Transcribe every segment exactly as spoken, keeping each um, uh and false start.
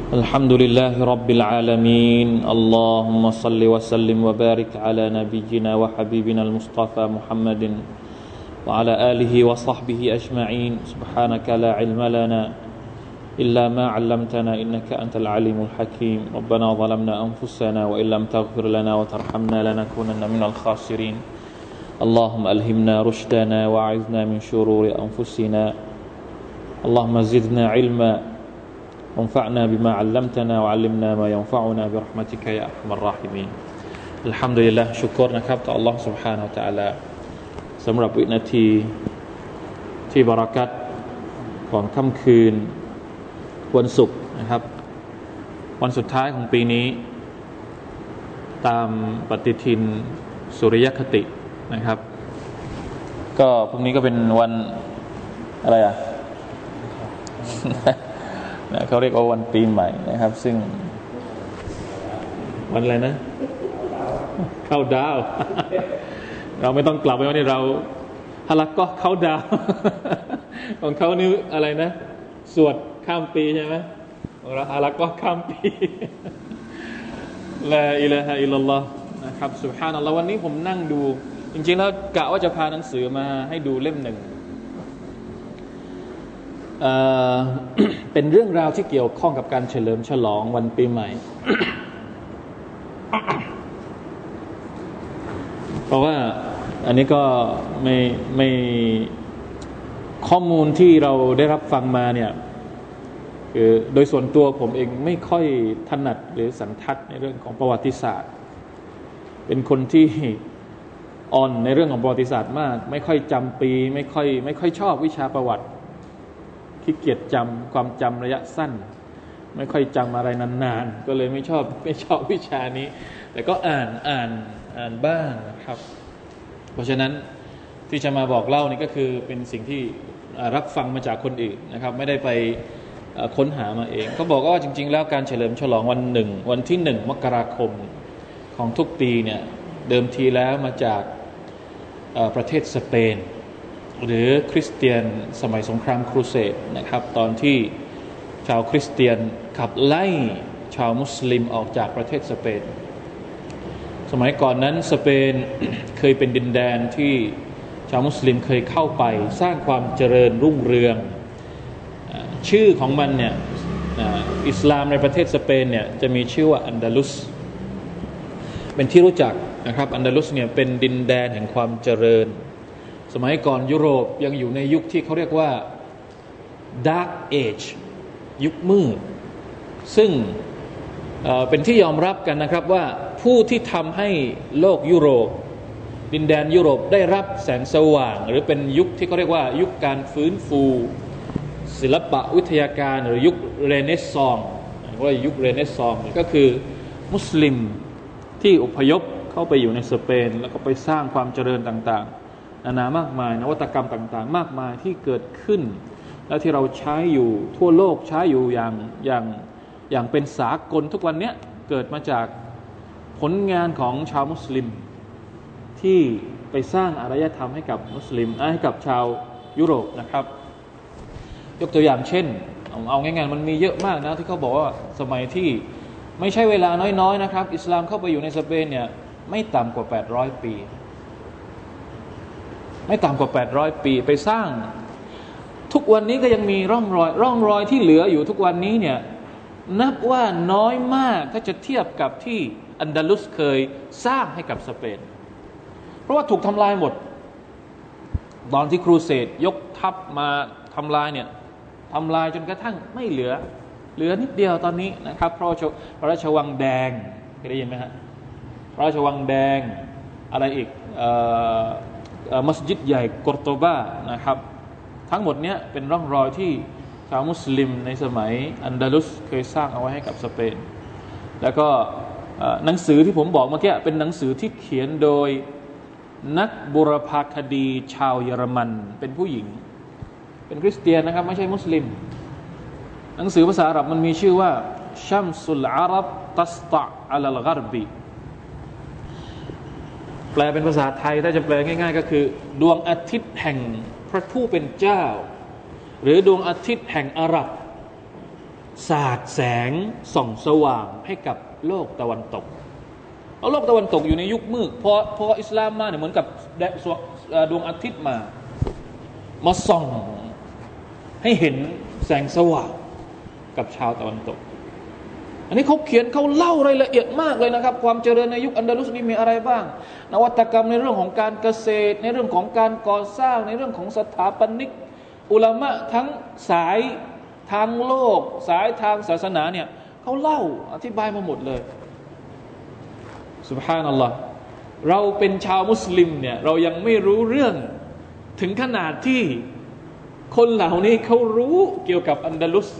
الحمد لله رب العالمين اللهم صل وسلم وبارك على نبينا وحبيبنا المصطفى محمد وعلى آله وصحبه أجمعين سبحانك لا علم لنا إلا ما علمتنا إنك أنت العليم الحكيم ربنا ظلمنا أنفسنا وإن لم تغفر لنا وترحمنا لنكونن من الخاسرين اللهم ألهمنا رشدنا وأعذنا من شرور أنفسنا اللهم زدنا علما وانفعنا بما علمتنا وعلمنا ما ينفعنا برحمتك يا أرحم الراحمين الحمد لله ชุกรนะครับต่อ Allah سبحانه และ تعالى สำหรับวินาทีที่บารักัตของค่ำคืนวันศุกร์นะครับวันสุดท้ายของปีนี้ตามปฏิทินสุริยคตินะครับก็พรุ่งนี้ก็เป็นวันอะไรอ่ะ นะเขาเรียกว่าวันปีใหม่นะครับซึ่งวันอะไรนะเข้าดาว เราไม่ต้องกลับไปวันนี้เราฮาลักก็เข้าดาว ของเขานี่อะไรนะสวดข้ามปีใช่ไหมของเราฮาลักก็ข้ามปี ลาอิลาฮะอิลลัลลอฮ์นะครับซุบฮานัลลอฮ์วันนี้ผมนั่งดูจริงๆแล้วกะว่าจะพาหนังสือมาให้ดูเล่มหนึ่ง เอ่อ เป็นเรื่องราวที่เกี่ยวข้องกับการเฉลิมฉลองวันปีใหม่ เพราะว่าอันนี้ก็ไม่ไม่ข้อมูลที่เราได้รับฟังมาเนี่ยคือโดยส่วนตัวผมเองไม่ค่อยถนัดหรือสันทัดในเรื่องของประวัติศาสตร์เป็นคนที่อ่อนในเรื่องของประวัติศาสตร์มากไม่ค่อยจำปีไม่ค่อยไม่ค่อยชอบวิชาประวัติขี้เกียจจำความจำระยะสั้นไม่ค่อยจำอะไรนานๆก็เลยไม่ชอบไม่ชอบวิชานี้แต่ก็อ่านอ่านอ่านบ้างนะครับเพราะฉะนั้นที่จะมาบอกเล่านี่ก็คือเป็นสิ่งที่รับฟังมาจากคนอื่นนะครับไม่ได้ไปค้นหามาเองเขาบอกว่าจริงๆแล้วการเฉลิมฉลองวันหนึ่งวันที่หนึ่งมกราคมของทุกปีเนี่ยเดิมทีแล้วมาจากประเทศสเปนหรือคริสเตียนสมัยสงครามครูเสดนะครับตอนที่ชาวคริสเตียนขับไล่ชาวมุสลิมออกจากประเทศสเปนสมัยก่อนนั้นสเปน เคยเป็นดินแดนที่ชาวมุสลิมเคยเข้าไปสร้างความเจริญรุ่งเรืองชื่อของมันเนี่ยอิสลามในประเทศสเปนเนี่ยจะมีชื่อว่าอันดาลุสเป็นที่รู้จักนะครับอันดาลุสเนี่ยเป็นดินแดนแห่งความเจริญสมัยก่อนยุโรปยังอยู่ในยุคที่เขาเรียกว่า Dark Age ยุคมืดซึ่ง เอ่อ เป็นที่ยอมรับกันนะครับว่าผู้ที่ทำให้โลกยุโรปดินแดนยุโรปได้รับแสงสว่างหรือเป็นยุคที่เขาเรียกว่ายุคการฟื้นฟูศิลปะวิทยาการหรือยุคเรเนซองส์ว่ายุคเรเนซองส์ก็คือมุสลิมที่อพยพเข้าไปอยู่ในสเปนแล้วก็ไปสร้างความเจริญต่างๆนานามากมายนวัตกรรมต่างๆมากมายที่เกิดขึ้นและที่เราใช้อยู่ทั่วโลกใช้อยู่อย่างอย่างอย่างเป็นสากลทุกวันนี้เกิดมาจากผลงานของชาวมุสลิมที่ไปสร้างอารยธรรมให้กับมุสลิมให้กับชาวยุโรปนะครับยกตัวอย่างเช่นเอาเอาง่ายๆมันมีเยอะมากนะที่เขาบอกว่าสมัยที่ไม่ใช่เวลาน้อยๆนะครับอิสลามเข้าไปอยู่ในสเปนเนี่ยไม่ต่ำกว่าแปดร้อยปีไม่ต่ำกว่าแปดร้อยปีไปสร้างทุกวันนี้ก็ยังมีร่องรอยร่องรอยที่เหลืออยู่ทุกวันนี้เนี่ยนับว่าน้อยมากถ้าจะเทียบกับที่อันดาลุสเคยสร้างให้กับสเปนเพราะว่าถูกทำลายหมดตอนที่ครูเสดยกทัพมาทำลายเนี่ยทำลายจนกระทั่งไม่เหลือเหลือนิดเดียวตอนนี้นะครับพระราชพระราชวังแดงเคยได้ยินไหมฮะพระราชวังแดงอะไรอีกเอ่อมัสยิดใหญ่กอร์โตบานะครับทั้งหมดเนี้ยเป็นร่องรอยที่ชาวมุสลิมในสมัยอันดาลุสเคยสร้างเอาไว้ให้กับสเปนแล้วก็หนังสือที่ผมบอกเมื่อกี้เป็นหนังสือที่เขียนโดยนักบุรพคดีชาวเยอรมันเป็นผู้หญิงเป็นคริสเตียนนะครับไม่ใช่มุสลิมหนังสือภาษาอาหรับมันมีชื่อว่าชัมสุลอารับตัสตะอัลลกอรบีแปลเป็นภาษาไทยถ้าจะแปลง่ายๆก็คือดวงอาทิตย์แห่งพระผู้เป็นเจ้าหรือดวงอาทิตย์แห่งอาหรับสาดแสงส่องสว่างให้กับโลกตะวันตกเอาโลกตะวันตกอยู่ในยุคมืดพอพออิสลามมาเนี่ยเหมือนกับดวงอาทิตย์มามาส่องให้เห็นแสงสว่างกับชาวตะวันตกอันนี้เขาเขียนเขาเล่ารายละเอียดมากเลยนะครับความเจริญในยุคอันดาลุสนี่มีอะไรบ้างนวัตกรรมในเรื่องของการเกษตรในเรื่องของการก่อสร้างในเรื่องของสถาปนิกอุลามะทั้งสายทางโลกสายทางศาสนาเนี่ยเขาเล่าอธิบายมาหมดเลยซุบฮานัลลอฮ์เราเป็นชาวมุสลิมเนี่ยเรายังไม่รู้เรื่องถึงขนาดที่คนเหล่านี้เขารู้เกี่ยวกับอันดาลุส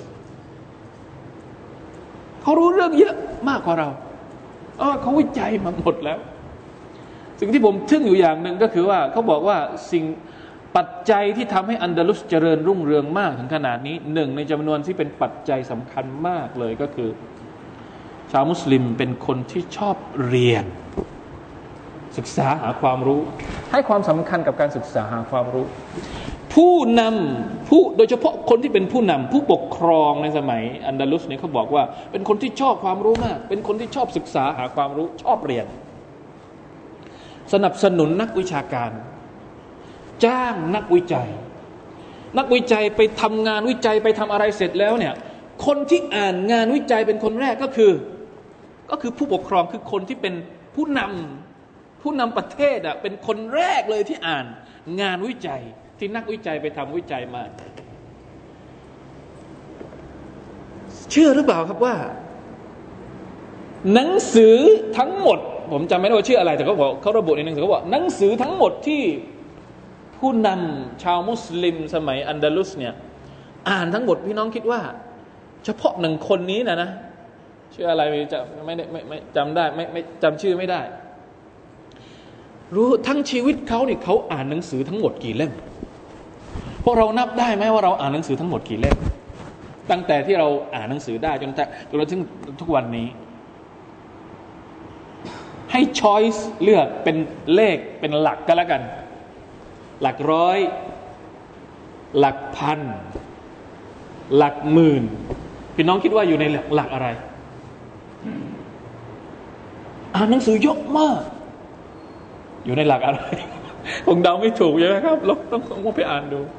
เขารู้เรื่องเยอะมากกว่าเราเออเขาวิจัยมาหมดแล้วสิ่งที่ผมทึ่งอยู่อย่างหนึ่งก็คือว่าเขาบอกว่าสิ่งปัจจัยที่ทำให้อันดาลุสเจริญรุ่งเรืองมากถึงขนาดนี้หนึ่งในจำนวนที่เป็นปัจจัยสำคัญมากเลยก็คือชาวมุสลิมเป็นคนที่ชอบเรียนศึกษาหาความรู้ให้ความสำคัญกับการศึกษาหาความรู้ผู้นำผู้โดยเฉพาะคนที่เป็นผู้นำผู้ปกครองในสมัยอันดาลุสเนี่ยเขาบอกว่าเป็นคนที่ชอบความรู้มากเป็นคนที่ชอบศึกษาหาความรู้ชอบเรียนสนับสนุนนักวิชาการจ้างนักวิจัยนักวิจัยไปทำงานวิจัยไปทำอะไรเสร็จแล้วเนี่ยคนที่อ่านงานวิจัยเป็นคนแรกก็คือก็คือผู้ปกครองคือคนที่เป็นผู้นำผู้นำประเทศอ่ะเป็นคนแรกเลยที่อ่านงานวิจัยที่นักวิจัยไปทำวิจัยมาเชื่อหรือเปล่าครับว่าหนังสือทั้งหมดผมจำไม่ได้ว่าชื่ออะไรแต่เขาบอกเขาระบุในหนังสือเขาบอกหนังสือทั้งหมดที่ผู้นำชาวมุสลิมสมัยอันดาลุสเนี่ยอ่านทั้งหมดพี่น้องคิดว่าเฉพาะหนึ่งคนนี้นะนะชื่ออะไรจะไม่ได้ไม่ไม่จำได้ไม่ไม่จำชื่อไม่ได้รู้ทั้งชีวิตเขาเนี่ยเขาอ่านหนังสือทั้งหมดกี่เล่มพวกเรานับได้ไหมว่าเราอ่านหนังสือทั้งหมดกี่เล่มตั้งแต่ที่เราอ่านหนังสือได้จนจนถึงทุกวันนี้ให้ช้อยส์เลือกเป็นเลขเป็นหลักก็แล้วกันหลักร้อยหลักพันหลักหมื่นพี่น้องคิดว่าอยู่ในหลักอะไรอ่านหนังสือเยอะมากอยู่ในหลักอะไรคงเดาไม่ถูกใช่ไหมครับเราต้องต้องไปอ่านดู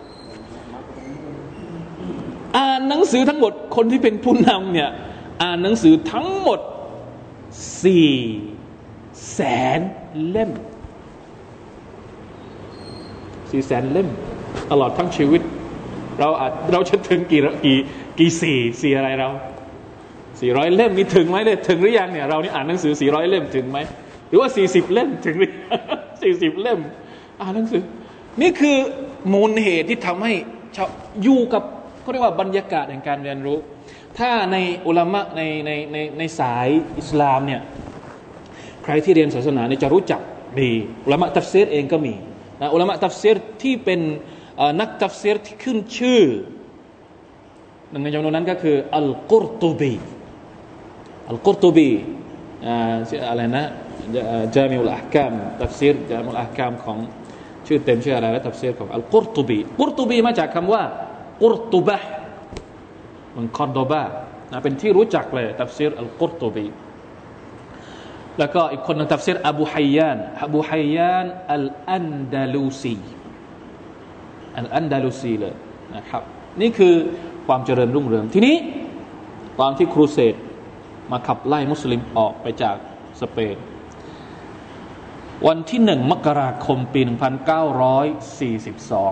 อ่านหนังสือทั้งหมดคนที่เป็นผู้นำเนี่ยอ่านหนังสือทั้งหมดสี่แสนเล่มสี่แสนเล่มตลอดทั้งชีวิตเราอาจเราจะถึงกี่กี่กี่สี่สี่อะไรเราสี่ร้อยเล่มมีถึงไหมเลยถึงหรือยังเนี่ยเรานี่อ่านหนังสือสี่ร้อยเล่มถึงไหมหรือว่าสี่สิบเล่มถึงหรือสี่สิบเล่มอ่านหนังสือนี่คือมูลเหตุที่ทำให้ชาวอยู่กับเขาเรียกว่าบรรยากาศแห่งการเรียนรู้ถ้าในอุลามะในในในในสายอิสลามเนี่ยใครที่เรียนศาสนาเนี่ยจะรู้จักดีอุลามะตัฟซีรเองก็มีนะอุลามะตัฟซีรที่เป็นนักตัฟซีรที่ขึ้นชื่อหนึ่งในจำนวนนั้นก็คืออัลกุรตุบีอัลกุรตุบีอะไรนะจามิอุลอะห์กามตัฟซีรจามิอุลอะห์กามของชื่อเต็มชื่ออะไรและตัฟซีรของอัลกุรตุบีกุรตุบีมาจากคำว่ากุรตุบะห์มันคอร์โดบานะเป็นที่รู้จักเลยตัฟซีรอัลกุรตุบีแล้วก็อีกคนนึงตัฟซีรอบูฮัยยานอบูฮัยยานอัลอันดาลูซีอัลอันดาลูซีเลยนะครับนี่คือความเจริญรุ่งเรืองทีนี้ตอนที่ครูเสดมาขับไล่มุสลิมออกไปจากสเปนวันที่หนึ่งมกราคมปีหนึ่งพันเก้าร้อยสี่สิบสอง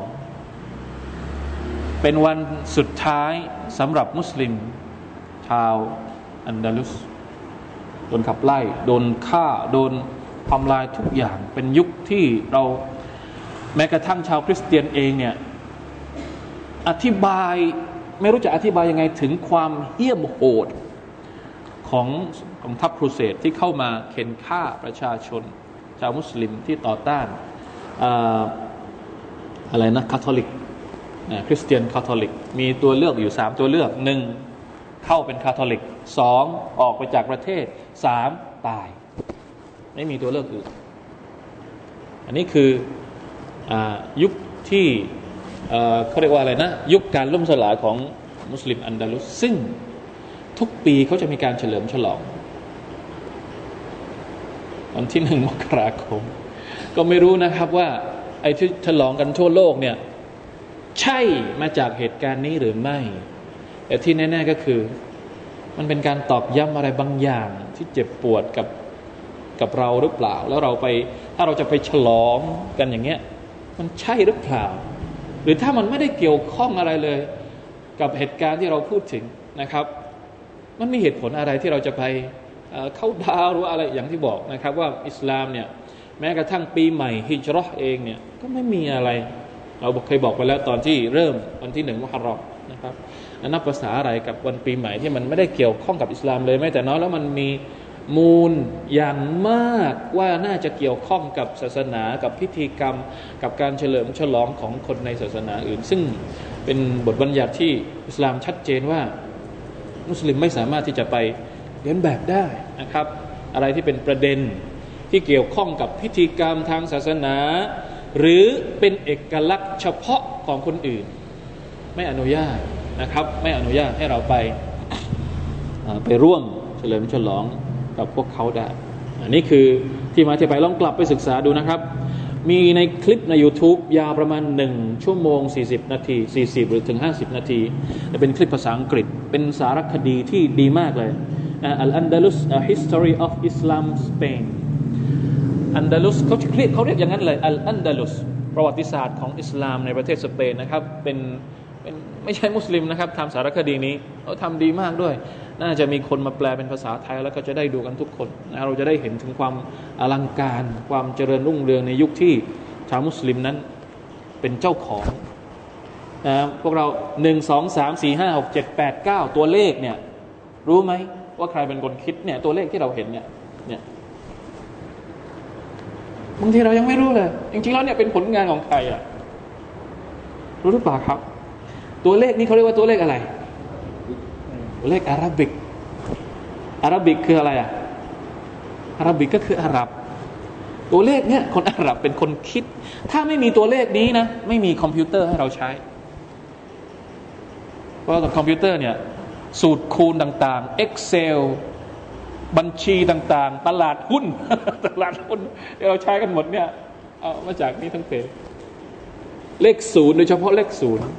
เป็นวันสุดท้ายสำหรับมุสลิมชาวอันดาลุสโดนขับไล่โดนฆ่าโดนทำลายทุกอย่างเป็นยุคที่เราแม้กระทั่งชาวคริสเตียนเองเนี่ยอธิบายไม่รู้จะอธิบายยังไงถึงความเหี้ยมโหดของของทัพครูเสดที่เข้ามาเข็นฆ่าประชาชนชาวมุสลิมที่ต่อต้านอะไรนะคาทอลิกนะคริสเตียนคาทอลิกมีตัวเลือกอยู่สามตัวเลือกหนึ่งเข้าเป็นคาทอลิกสองออกไปจากประเทศสามตายไม่มีตัวเลือกอื่นอันนี้คืออ่ายุคที่เอ่อเขาเรียกว่าอะไรนะยุคการล่มสลายของมุสลิมอันดาลุสซึ่งทุกปีเขาจะมีการเฉลิมฉลองวันที่หนึ่งมกราคมก็ไม่รู้นะครับว่าไอ้ที่ฉลองกันทั่วโลกเนี่ยใช่มาจากเหตุการณ์นี้หรือไม่แต่ที่แน่ๆก็คือมันเป็นการตอกย้ำอะไรบางอย่างที่เจ็บปวดกับกับเราหรือเปล่าแล้วเราไปถ้าเราจะไปฉลองกันอย่างเงี้ยมันใช่หรือเปล่าหรือถ้ามันไม่ได้เกี่ยวข้องอะไรเลยกับเหตุการณ์ที่เราพูดถึงนะครับมันมีเหตุผลอะไรที่เราจะไปเข้าดาวหรืออะไรอย่างที่บอกนะครับว่าอิสลามเนี่ยแม้กระทั่งปีใหม่ฮิจเราะห์เองเนี่ยก็ไม่มีอะไรเราเคยบอกไปแล้วตอนที่เริ่มวันที่หนึ่งมุฮัรรอมนะครับนับภาษาอะไรกับวันปีใหม่ที่มันไม่ได้เกี่ยวข้องกับอิสลามเลยแม้แต่น้อยแล้วมันมีมูลอย่างมากว่าน่าจะเกี่ยวข้องกับศาสนากับพิธีกรรมกับการเฉลิมฉลองของคนในศาสนาอื่นซึ่งเป็นบทบัญญัติที่อิสลามชัดเจนว่ามุสลิมไม่สามารถที่จะไปเลียนแบบได้นะครับอะไรที่เป็นประเด็นที่เกี่ยวข้องกับพิธีกรรมทางศาสนาหรือเป็นเอกลักษณ์เฉพาะของคนอื่นไม่อนุญาตนะครับไม่อนุญาตให้เราไปไปร่วมเฉลิมฉลองกับพวกเขาได้อันนี้คือที่มาที่ไปลองกลับไปศึกษาดูนะครับมีในคลิปใน YouTube ยาวประมาณหนึ่งชั่วโมงสี่สิบนาทีสี่สิบหรือถึงห้าสิบนาทีเป็นคลิปภาษาอังกฤษเป็นสารคดีที่ดีมากเลย Al-Andalus A History of Islam Spain อันดาลุสเขาเรียกเขาเรียกอย่างนั้นเลยอัลอันดาลุสประวัติศาสตร์ของอิสลามในประเทศสเปนนะครับเป็นเป็นไม่ใช่มุสลิมนะครับทำสารคดีนี้เขาทำดีมากด้วยน่าจะมีคนมาแปลเป็นภาษาไทยแล้วก็จะได้ดูกันทุกคนนะเราจะได้เห็นถึงความอลังการความเจริญรุ่งเรืองในยุคที่ชาวมุสลิมนั้นเป็นเจ้าของนะพวกเราหนึ่ง สอง สาม สี่ ห้า หก เจ็ด แปด เก้าตัวเลขเนี่ยรู้ไหมว่าใครเป็นคนคิดเนี่ยตัวเลขที่เราเห็นเนี่ยเนี่ยบางทีเรายังไม่รู้เลยจริงๆแล้วเนี่ยเป็นผลงานของใครอ่ะรู้หรือเปล่าครับตัวเลขนี้เขาเรียกว่าตัวเลขอะไรตัวเลขอาราบิกอาราบิกคืออะไรอ่ะอาราบิกก็คืออาหรับตัวเลขเนี่ยคนอาหรับเป็นคนคิดถ้าไม่มีตัวเลขนี้นะไม่มีคอมพิวเตอร์ให้เราใช้เพราะกับคอมพิวเตอร์เนี่ยสูตรคูณต่างๆ Excel บัญชีต่างๆตลาดหุ้น ตลาดหุ้นที่เราใช้กันหมดเนี่ยเอามาจากนี้ทั้งเพจเลขศูนย์โดยเฉพาะเลขศูนย์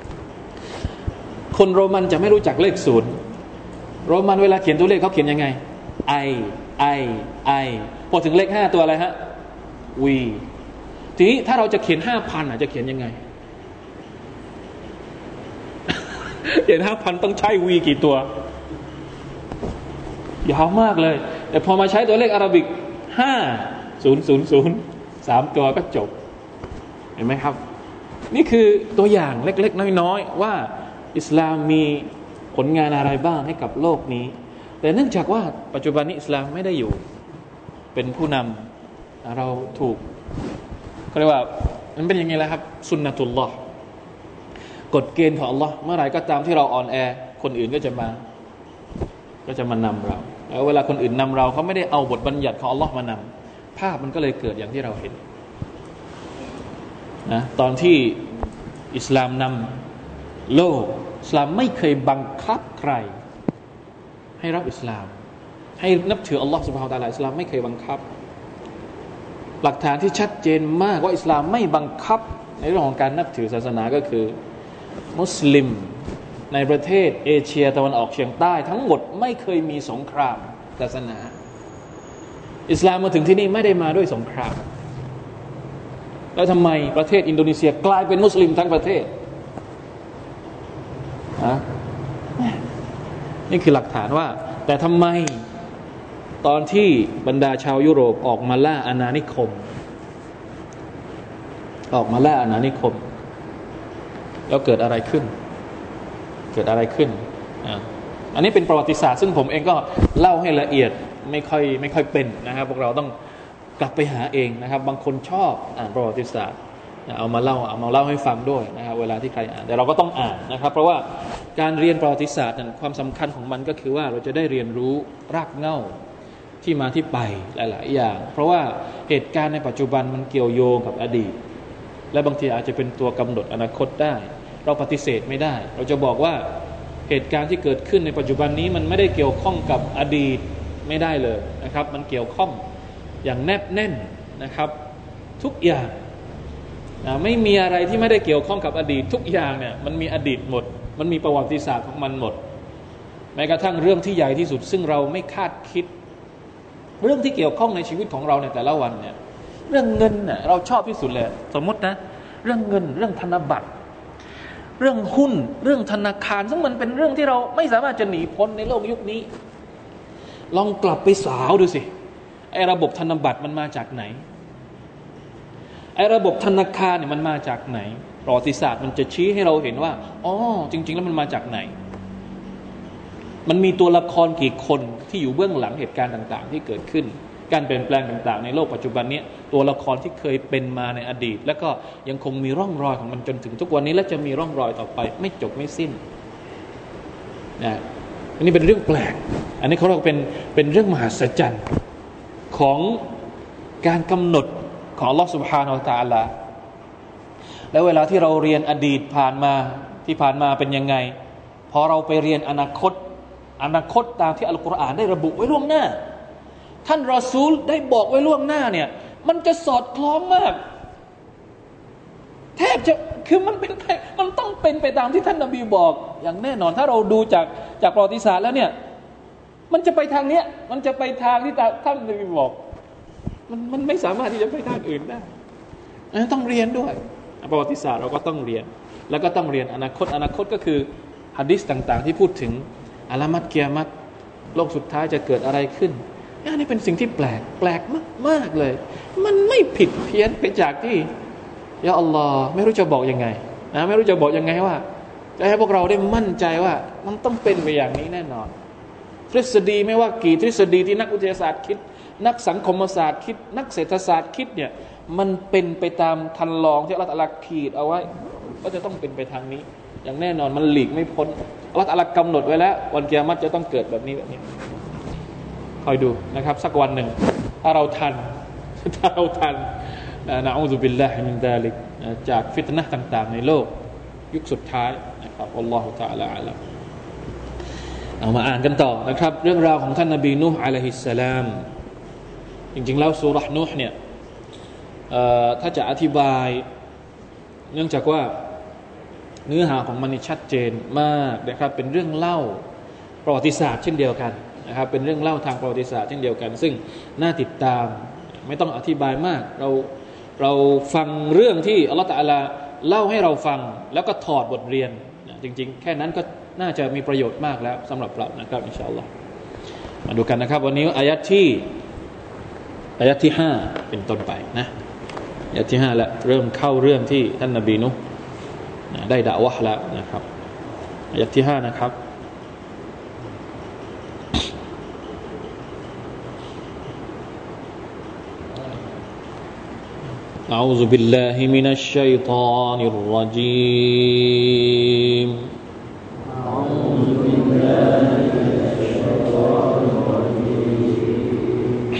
คนโรมันจะไม่รู้จักเลขศูนย์โรมันเวลาเขียนตัวเลขเขาเขียนยังไง I I I พอถึงเลขห้าตัวอะไรฮะ V ทีนี้ถ้าเราจะเขียนห้าพันอ่ะจะเขียนยังไง เขียนห้าพันต้องใช้ V กี่ตัวยาวมากเลยแต่พอมาใช้ตัวเลขอาราบิกห้า ศูนย์ ศูนย์ ศูนย์ สามตัวก็จบเห็นไหมครับนี่คือตัวอย่างเล็กๆน้อยๆว่าอิสลามมีผลงานอะไรบ้างให้กับโลกนี้แต่เนื่องจากว่าปัจจุบันนี้อิสลามไม่ได้อยู่เป็นผู้นำเราถูกเขาเรียกว่ามันเป็นยังไงล่ะครับสุนนะตุลลอฮ์กฎเกณฑ์ของอัลลอฮ์เมื่อไหร่ก็ตามที่เราอ่อนแอคนอื่นก็จะมาก็จะมานำเราแล้วเวลาคนอื่นนำเราเขาไม่ได้เอาบทบัญญัติของอัลลอฮ์มานำภาพมันก็เลยเกิดอย่างที่เราเห็นนะตอนที่อิสลามนำโลกอิสลามไม่เคยบังคับใครให้รับอิสลามให้นับถืออัลลอฮ์ซุบฮานะฮูวะตะอาลาอิสลามไม่เคยบังคับหลักฐานที่ชัดเจนมากว่าอิสลามไม่บังคับในเรื่องของการนับถือศาสนาก็คือมุสลิมในประเทศเอเชียตะวันออกเฉียงใต้ทั้งหมดไม่เคยมีสงครามศาสนาอิสลามมาถึงที่นี่ไม่ได้มาด้วยสงครามแล้วทำไมประเทศอินโดนีเซียกลายเป็นมุสลิมทั้งประเทศอะนี่คือหลักฐานว่าแต่ทำไมตอนที่บรรดาชาวยุโรปออกมาล่าอาณานิคมออกมาล่าอาณานิคมแล้วเกิดอะไรขึ้นเกิดอะไรขึ้นอ่ะอันนี้เป็นประวัติศาสตร์ซึ่งผมเองก็เล่าให้ละเอียดไม่ค่อยไม่ค่อยเป็นนะครับพวกเราต้องกลับไปหาเองนะครับบางคนชอบอ่านประวัติศาสตร์เอามาเล่าเอามาเล่าให้ฟังด้วยนะครับเวลาที่ใครอ่านแต่เราก็ต้องอ่านนะครับเพราะว่าการเรียนประวัติศาสตร์นั้นความสำคัญของมันก็คือว่าเราจะได้เรียนรู้รากเหง้าที่มาที่ไปหลายๆอย่างเพราะว่าเหตุการณ์ในปัจจุบันมันเกี่ยวโยงกับอดีตและบางทีอาจจะเป็นตัวกำหนดอนาคตได้เราปฏิเสธไม่ได้เราจะบอกว่าเหตุการณ์ที่เกิดขึ้นในปัจจุบันนี้มันไม่ได้เกี่ยวข้องกับอดีตไม่ได้เลยนะครับมันเกี่ยวข้องอย่างแนบแน่นนะครับทุกอย่างนะไม่มีอะไรที่ไม่ได้เกี่ยวข้องกับอดีตทุกอย่างเนี่ยมันมีอดีตหมดมันมีประวัติศาสตร์ของมันหมดแม้กระทั่งเรื่องที่ใหญ่ที่สุดซึ่งเราไม่คาดคิดเรื่องที่เกี่ยวข้องในชีวิตของเราในแต่ละวันเนี่ยเรื่องเงินเนี่ยเราชอบที่สุดเลยสมมตินะเรื่องเงินเรื่องธนบัตรเรื่องหุ้นเรื่องธนาคารซึ่งมันเป็นเรื่องที่เราไม่สามารถจะหนีพ้นในโลกยุคนี้ลองกลับไปสาวดูสิไอ้ระบบธนบัตรมันมาจากไหนไอ้ระบบธนาคารเนี่ยมันมาจากไหนประวัติศาสตร์มันจะชี้ให้เราเห็นว่าอ๋อจริงๆแล้วมันมาจากไหนมันมีตัวละครกี่คนที่อยู่เบื้องหลังเหตุการณ์ต่างๆที่เกิดขึ้นการเปลี่ยนแปลงต่างๆในโลกปัจจุบันนี้ตัวละครที่เคยเป็นมาในอดีตแล้วก็ยังคงมีร่องรอยของมันจนถึงทุกวันนี้และจะมีร่องรอยต่อไปไม่จบไม่สิ้นนะอันนี้เป็นเรื่องแปลกอันนี้เขาเรียกเป็นเป็นเรื่องมหัศจรรย์ของการกำหนดของอัลเลาะห์ซุบฮานะฮูวะตะอาลาแล้วเวลาที่เราเรียนอดีตผ่านมาที่ผ่านมาเป็นยังไงพอเราไปเรียนอนาคตอนาคตตามที่อัลกุรอานได้ระบุไว้ล่วงหน้าท่านรอซูลได้บอกไว้ล่วงหน้าเนี่ยมันจะสอดคล้องมากแทบจะคือมันเป็นไปมันต้องเป็นไปตามที่ท่านนบีบอกอย่างแน่นอนถ้าเราดูจากจากประวัติศาสตร์แล้วเนี่ยมันจะไปทางเนี้ยมันจะไปทางที่ท่านนบีบอกมันมันไม่สามารถที่จะไปทางอื่นได้นั้นต้องเรียนด้วยประวัติศาสตร์เราก็ต้องเรียนแล้วก็ต้องเรียนอนาคตอนาคตก็คือหะดีษต่างๆที่พูดถึงอะลามัตกิยามะฮ์โลกสุดท้ายจะเกิดอะไรขึ้นนี่เป็นสิ่งที่แปลกแปลกมากๆเลยมันไม่ผิดเพี้ยนไปจากที่ยาอัลลอฮ์ไม่รู้จะบอกยังไงนะไม่รู้จะบอกยังไงว่าจะให้พวกเราได้มั่นใจว่ามันต้องเป็นไปอย่างนี้แน่นอนทฤษฎีไม่ว่ากี่ทฤษฎีที่นักวิทยาศาสตร์คิดนักสังคมศาสตร์คิดนักเศรษฐศาสตร์คิดเนี่ยมันเป็นไปตามทันลองที่อัลเลาะห์ตะอาลาขีดเอาไว้ก็จะต้องเป็นไปทางนี้อย่างแน่นอนมันหลีกไม่พ้นอัลเลาะห์ตะอาลากำหนดไว้แล้ววันกิยามะฮ์จะต้องเกิดแบบนี้แบบนี้คอยดูนะครับสักวันหนึ่งถ้าเราทันถ้าเราทันนะอูซุบิลลาฮิมินซาลิกจากฟิตนะห์ต่างๆในโลกยุคสุดท้ายนะครับอัลลอฮฺตะอาลาอะลัมเอามาอ่านกันต่อนะครับเรื่องราวของท่านนบีนูห์อะลัยฮิสสลามจริงๆแล้วซูเราะห์นูห์เนี่ยถ้าจะอธิบายเนื่องจากว่าเนื้อหาของมันนี่ชัดเจนมากนะครับเป็นเรื่องเล่าประวัติศาสตร์เช่นเดียวกันนะครับเป็นเรื่องเล่าทางประวัติศาสตร์เช่นเดียวกันซึ่งน่าติดตามไม่ต้องอธิบายมากเราเราฟังเรื่องที่อัลเลาะห์ตะอาลาเล่าให้เราฟังแล้วก็ถอดบทเรียนจริงๆแค่นั้นก็น่าจะมีประโยชน์มากแล้วสำหรับเรานะครับอินชาอัลลอฮ์มาดูกันนะครับวันนี้อายะห์ที่อายะห์ที่ห้าเป็นต้นไปนะอายะห์ที่ห้าแล้วเริ่มเข้าเรื่องที่ท่านนบีนูห์ได้ดะอ์วะห์แล้วนะครับอายะห์ที่ห้านะครับأعوذ بالله من الشيطان الرجيم أعوذ بالله من الشيطان الرجيم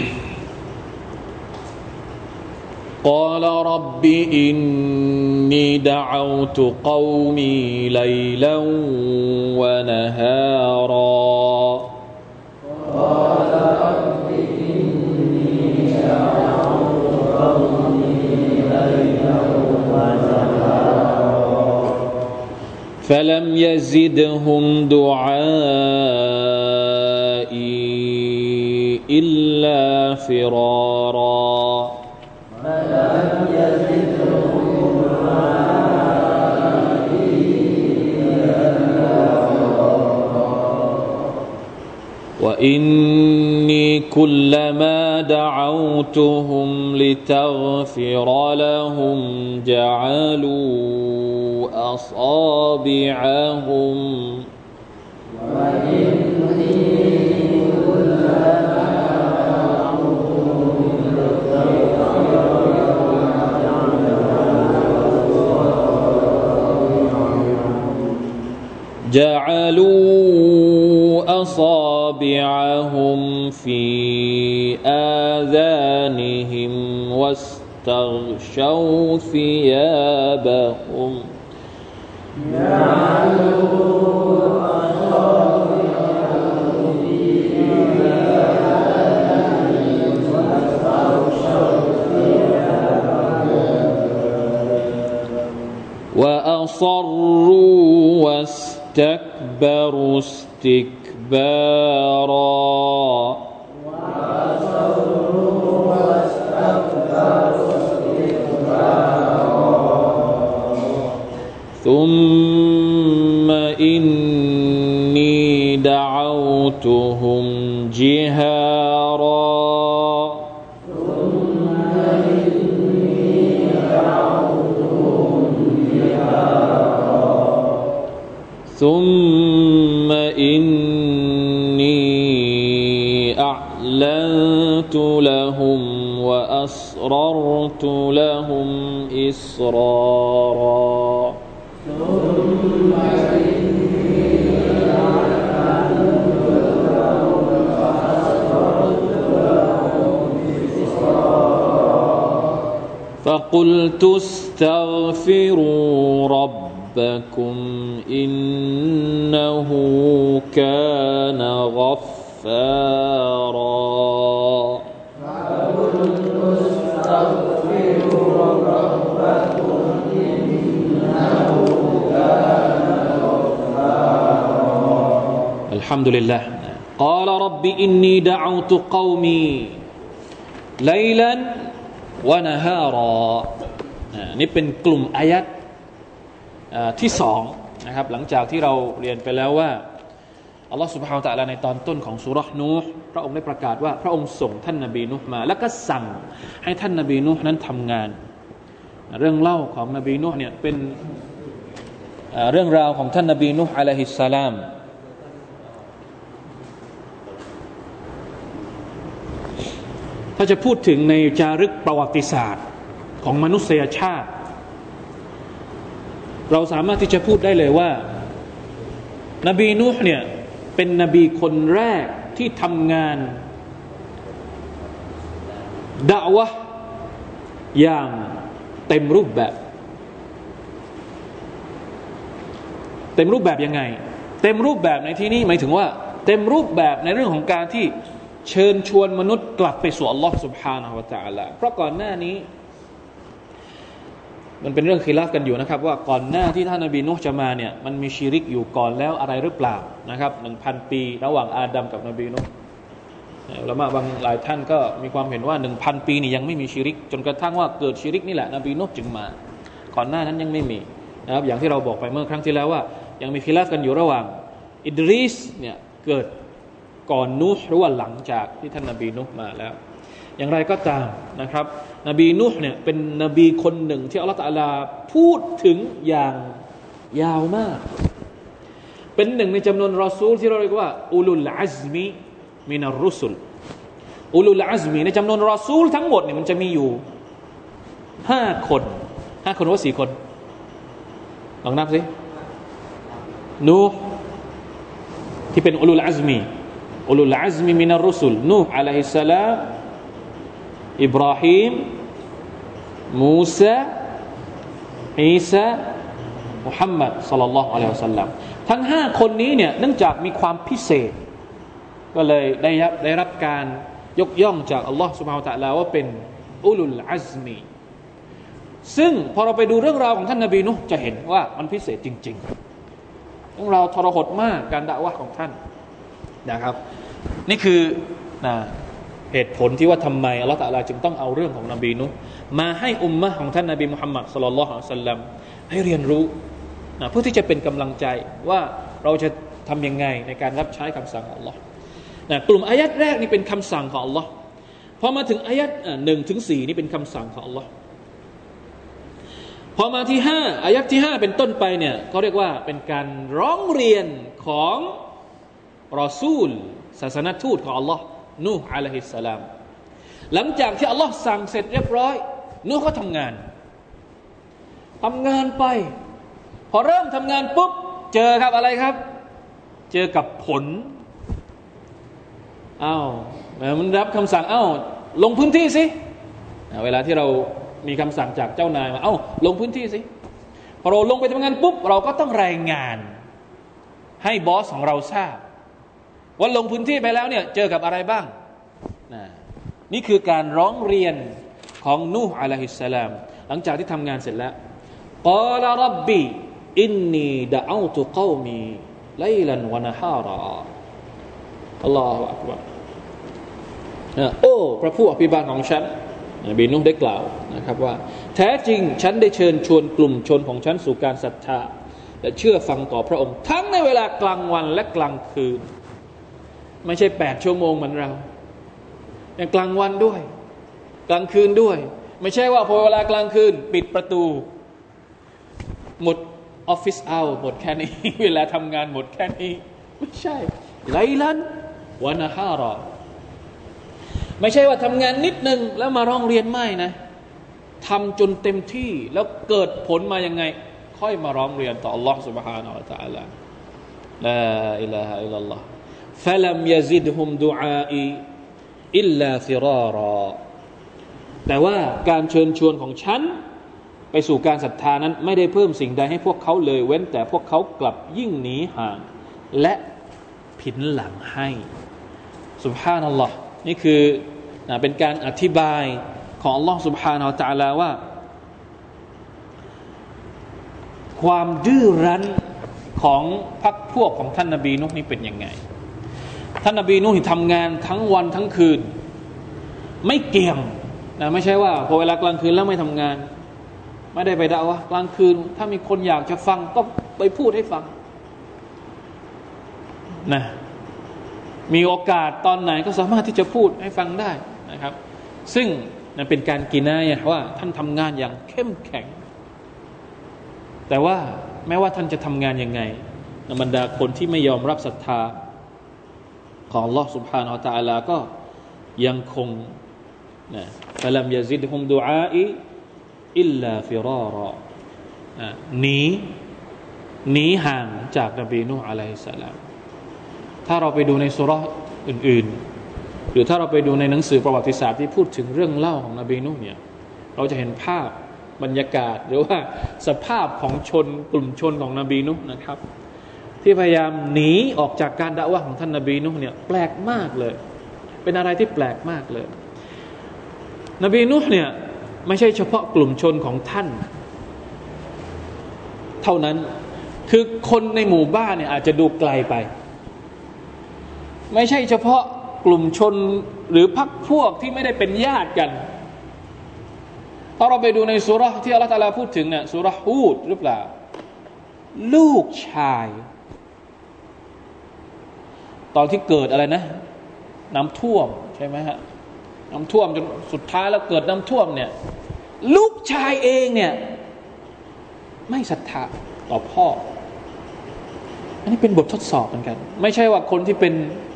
قال رب إني دعوت قومي ليلا ونهارا قال رب إني دعوت قومي فلم يزدهم دعائي إلا فرارا فلم يزدهم دعائي إلا فرارا وإني كلما دعوتهم لتغفر لهم جعلوا أصابعهم وإني كلما دعوتهم لتغفر لهم جعلوا أصابعهم في آذانهم واستغشوا ثيابهم جعلوا واستكبروا استكبارا ثم إني دعوتهم جهارا ثم إني أعلنت لهم وأسررت لهم إسرارا ثم إني أعلنت لهم وأسررت لهم إسرارا فقلت استغفروا ربكم إنه كان غفارا فقلت استغفروا ربكم إنه كان غفارا الحمد لله قال رب إني دعوت قومي ليلا ونهارا นี่เป็นกลุ่มอายัตที่สองนะครับหลังจากที่เราเรียนไปแล้วว่าอัลลอฮฺ سبحانه และ تعالى ในตอนต้นของซูเราะห์นูห์พระองค์ได้ประกาศว่าพระองค์ส่งท่านนบีนูห์มาแล้วก็สั่งให้ท่านนบีนูห์นั้นทำงานเรื่องเล่าของนบีนูห์เนี่ยเป็นเรื่องราวของท่านนบีนูห์อะลัยฮิสสลามถ้าจะพูดถึงในจารึกประวัติศาสตร์ของมนุษยชาติเราสามารถที่จะพูดได้เลยว่านบีนูห์เนี่ยเป็นนบีคนแรกที่ทำงานดะอวะห์อย่างเต็มรูปแบบเต็มรูปแบบยังไงเต็มรูปแบบในที่นี้หมายถึงว่าเต็มรูปแบบในเรื่องของการที่เชิญชวนมนุษย์กลับไปสู่อัลลอฮ์ سبحانه และ تعالى เพราะก่อนหน้านี้มันเป็นเรื่องคิลาฟกันอยู่นะครับว่าก่อนหน้าที่ท่านนบีนูห์จะมาเนี่ยมันมีชิริกอยู่ก่อนแล้วอะไรหรือเปล่านะครับ หนึ่งพัน ปีระหว่างอาดัมกับนบีนูห์อุลามะบางหลายท่านก็มีความเห็นว่า หนึ่งพัน ปีนี่ยังไม่มีชิริกจนกระทั่งว่าเกิดชิริกนี่แหละนบีนูห์จึงมาก่อนหน้านั้นยังไม่มีนะครับอย่างที่เราบอกไปเมื่อครั้งที่แล้วว่ายังมีคิลาฟกันอยู่ระหว่างอิดริสเนี่ยเกิดก่อนนูห์หรือว่าหลังจากที่ท่านนบีนูห์มาแล้วอย่างไรก็ตามนะครับนบีนูห์เนี่ยเป็นนบีคนหนึ่งที่อัลเลาะห์ตะอาลาพูดถึงอย่างยาวมากเป็นหนึ่งในจำนวนรอซูลที่เราเรียกว่าอุลุลอัซมีมินัรรุสุลอุลุลอัซมีในจำนวนรอซูลทั้งหมดเนี่ยมันจะมีอยู่ห้าคนห้าคนว่าสี่คนลองนับสินูห์ที่เป็นอุลุลอัซมีอุลุลอัซมีมินัรรุสุลนูห์อะลัยฮิสสลามอิบราฮิมมูซาอีซามุฮัมมัดศ็อลลัลลอฮุอะลัยฮิวะซัลลัมทั้งห้าคนนี้เนี่ยเนื่องจากมีความพิเศษก็เลยได้รับได้รับการยกย่องจากอัลลอฮฺซุบฮานะฮูวะตะอาลาว่าเป็นอุลุลอัซมีซึ่งพอเราไปดูเรื่องราวของท่านนบีนูห์จะเห็นว่ามันพิเศษจริงๆเรื่องราวทรหดมากการดะอ์วะห์ของท่านนะครับนี่คือนะเหตุผลที่ว่าทำไมอัลลอฮฺตะอาลาจึงต้องเอาเรื่องของนบีนูห์มาให้อุมมะห์ของท่านนบีมุฮัมมัดศ็อลลัลลอฮุอะลัยฮิวะซัลลัมให้เรียนรู้นะเพื่อที่จะเป็นกำลังใจว่าเราจะทำยังไงในการรับใช้คำสั่งของอัลลอฮฺนะกลุ่มอายัดแรกนี่เป็นคำสั่งของอัลลอฮฺพอมาถึงอายัดหนึ่งถึงสี่นี่เป็นคำสั่งของอัลลอฮฺพอมาที่ห้าอายัดที่ห้าเป็นต้นไปเนี่ยเขาเรียกว่าเป็นการร้องเรียนของรอซูลศาสนทูตของอัลลอฮฺนูห์อะลัยฮิสสลามหลังจากที่อัลลอฮ์สั่งเสร็จเรียบร้อยนูห์ก็ทำงานทำงานไปพอเริ่มทำงานปุ๊บเจอครับอะไรครับเจอกับผลอ้าวมันรับคำสั่งอ้าวลงพื้นที่สิเวลาที่เรามีคำสั่งจากเจ้านายมาเอ้าลงพื้นที่สิพอเราลงไปทำงานปุ๊บเราก็ต้องรายงานให้บอสของเราทราบว่าลงพื้นที่ไปแล้วเนี่ยเจอกับอะไรบ้างนะนี่คือการร้องเรียนของนูห์อะลัยฮิสสลามหลังจากที่ทำงานเสร็จแล้วกอลารับบีอินนีดะเอาตุกอมีไลลันวะนะฮาราอัลลอฮฺอักบัรโอ้พระผู้อภิบาลของฉันนบีนูฮ์ได้กล่าวนะครับว่าแท้จริงฉันได้เชิญชวนกลุ่มชนของฉันสู่การศรัทธาและเชื่อฟังต่อพระองค์ทั้งในเวลากลางวันและกลางคืนไม่ใช่แปดชั่วโมงเหมือนเราในกลางวันด้วยกลางคืนด้วยไม่ใช่ว่าพอเวลากลางคืนปิดประตูหมดออฟฟิศเอาหมดแค่นี้เวลาทำงานหมดแค่นี้ไม่ใช่ไลลันวะนะฮารอไม่ใช่ว่าทำงานนิดนึงแล้วมาร้องเรียนไม่นะทำจนเต็มที่แล้วเกิดผลมายังไงค่อยมาร้องเรียนต่อ Allah سبحانه และ تعالى ลาอิลาฮะอิลลัลลอฮฟะลัมยะซิดฮุมดุอาอีอิลลาฟิรารอแต่ว่าการเชิญชวนของฉันไปสู่การศรัทธานั้นไม่ได้เพิ่มสิ่งใดให้พวกเขาเลยเว้นแต่พวกเขากลับยิ่งหนีห่างและผินหลังให้ซุบฮานัลลอฮ์นี่คือนะเป็นการอธิบายของ Allah سبحانه และ تعالى ว่าความดื้อรั้นของพรรคพวกของท่านนบีนูฮ์นี่เป็นยังไงท่านนบีนูฮ์ทำงานทั้งวันทั้งคืนไม่เกี่ยงนะไม่ใช่ว่าพอเวลากลางคืนแล้วไม่ทำงานไม่ได้ไปด่าวะกลางคืนถ้ามีคนอยากจะฟังก็ไปพูดให้ฟังนะมีโอกาสตอนไหนก็สามารถที่จะพูดให้ฟังได้นะครับซึ่งนะเป็นการกินายะว่าท่านทำงานอย่างเข้มแข็งแต่ว่าแม้ว่าท่านจะทำงานยังไงบรรดาคนที่ไม่ยอมรับศรัทธาของ Allah سبحانه และ تعالى ก็ยังคงนะฟะลัมยะซิดฮุมดุอาอีอิลลาฟิรารอหนีหนีห่างจากนบีนูฮ์อะลัยฮิสสลามถ้าเราไปดูในซูเราะห์อื่นๆหรือถ้าเราไปดูในหนังสือประวัติศาสตร์ที่พูดถึงเรื่องเล่าของนบีนูฮ์เนี่ยเราจะเห็นภาพบรรยากาศหรือว่าสภาพของชนกลุ่มชนของนบีนูฮ์นะครับที่พยายามหนีออกจากการดะวะห์ของท่านนบีนูฮ์เนี่ยแปลกมากเลยเป็นอะไรที่แปลกมากเลยนบีนูฮ์เนี่ยไม่ใช่เฉพาะกลุ่มชนของท่านเท่านั้นคือคนในหมู่บ้านเนี่ยอาจจะดูไกลไปไม่ใช่เฉพาะกลุ่มชนหรือพรรคพวกที่ไม่ได้เป็นญาติกันถ้าเราไปดูในซูเราะห์ที่อัลเลาะห์ตะอาลาพูดถึงเนี่ยซูเราะห์ฮูดหรือเปล่าลูกชายตอนที่เกิดอะไรนะน้ำท่วมใช่ไหมฮะน้ำท่วมจนสุดท้ายแล้วเกิดน้ำท่วมเนี่ยลูกชายเองเนี่ยไม่ศรัทธาต่อพ่ออันนี้เป็นบททดสอบเหมือนกันไม่ใช่ว่าคนที่เป็น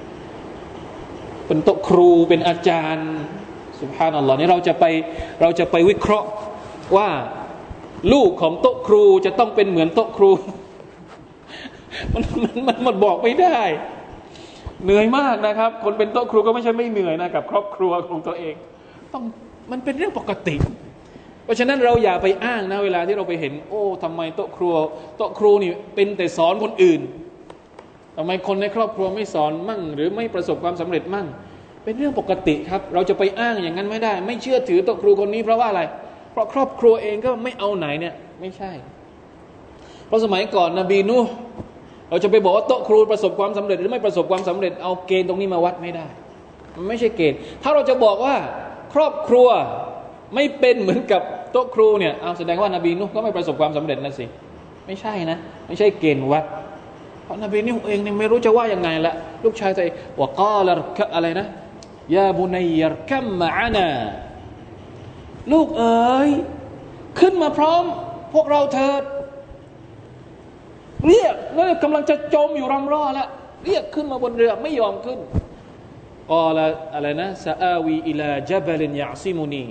เป็นโต๊ะครูเป็นอาจารย์ซุบฮานัลลอฮ์นี่เราจะไปเราจะไปวิเคราะห์ว่าลูกของโต๊ะครูจะต้องเป็นเหมือนโต๊ะครูมันมันมันมันบอกไม่ได้เหนื่อยมากนะครับคนเป็นโต๊ะครูก็ไม่ใช่ไม่เหนื่อยนะกับครอบครัวของตัวเองต้องมันเป็นเรื่องปกติเพราะฉะนั้นเราอย่าไปอ้างนะเวลาที่เราไปเห็นโอ้ทำไมโต๊ะครัวโต๊ะครูนี่เป็นแต่สอนคนอื่นทำไมคนในครอบครัวไม่สอนมั่งหรือไม่ประสบความสำเร็จมั่งเป็นเรื่องปกติครับเราจะไปอ้างอย่างนั้นไม่ได้ไม่เชื่อถือโต๊ะครูคนนี้เพราะว่าอะไรเพราะครอบครัวเองก็ไม่เอาไหนเนี่ยไม่ใช่เพราะสมัยก่อนนบีนูฮ์เราจะไปบอกว่าโต๊ะครูประสบความสำเร็จหรือไม่ประสบความสำเร็จเอาเกณฑ์ตรงนี้มาวัดไม่ได้มันไม่ใช่เกณฑ์ถ้าเราจะบอกว่าครอบครัวไม่เป็นเหมือนกับโต๊ะครูเนี่ยเอาแสดงว่านบีนูฮ์ก็ไม่ประสบความสำเร็จนะสิไม่ใช่นะไม่ใช่เกณฑ์วัดเพราะนบีนูฮ์เองเนี่ยไม่รู้จะว่ายังไงละลูกชายใจวะกาลอะไรนะยาบุนัยยัรกัมมะอานาลูกเอ๋ยขึ้นมาพร้อมพวกเราเถิดเรียกแล้วกำลังจะจมอยู่รำร่อแล้วเรียกขึ้นมาบนเรือไม่ยอมขึ้นกอละอะไรนะซะอาวีอิลาจับลินยะซิมุนี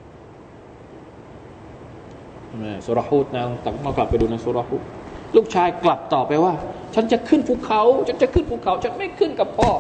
สุราะห์ฮูดนะตักมากลับไปดูในสุราะห์ฮูดลูกชายกลับต่อไปว่าฉันจะขึ้นภูเขาฉันจะขึ้นภูเขาฉันไม่ขึ้นกับพ่อ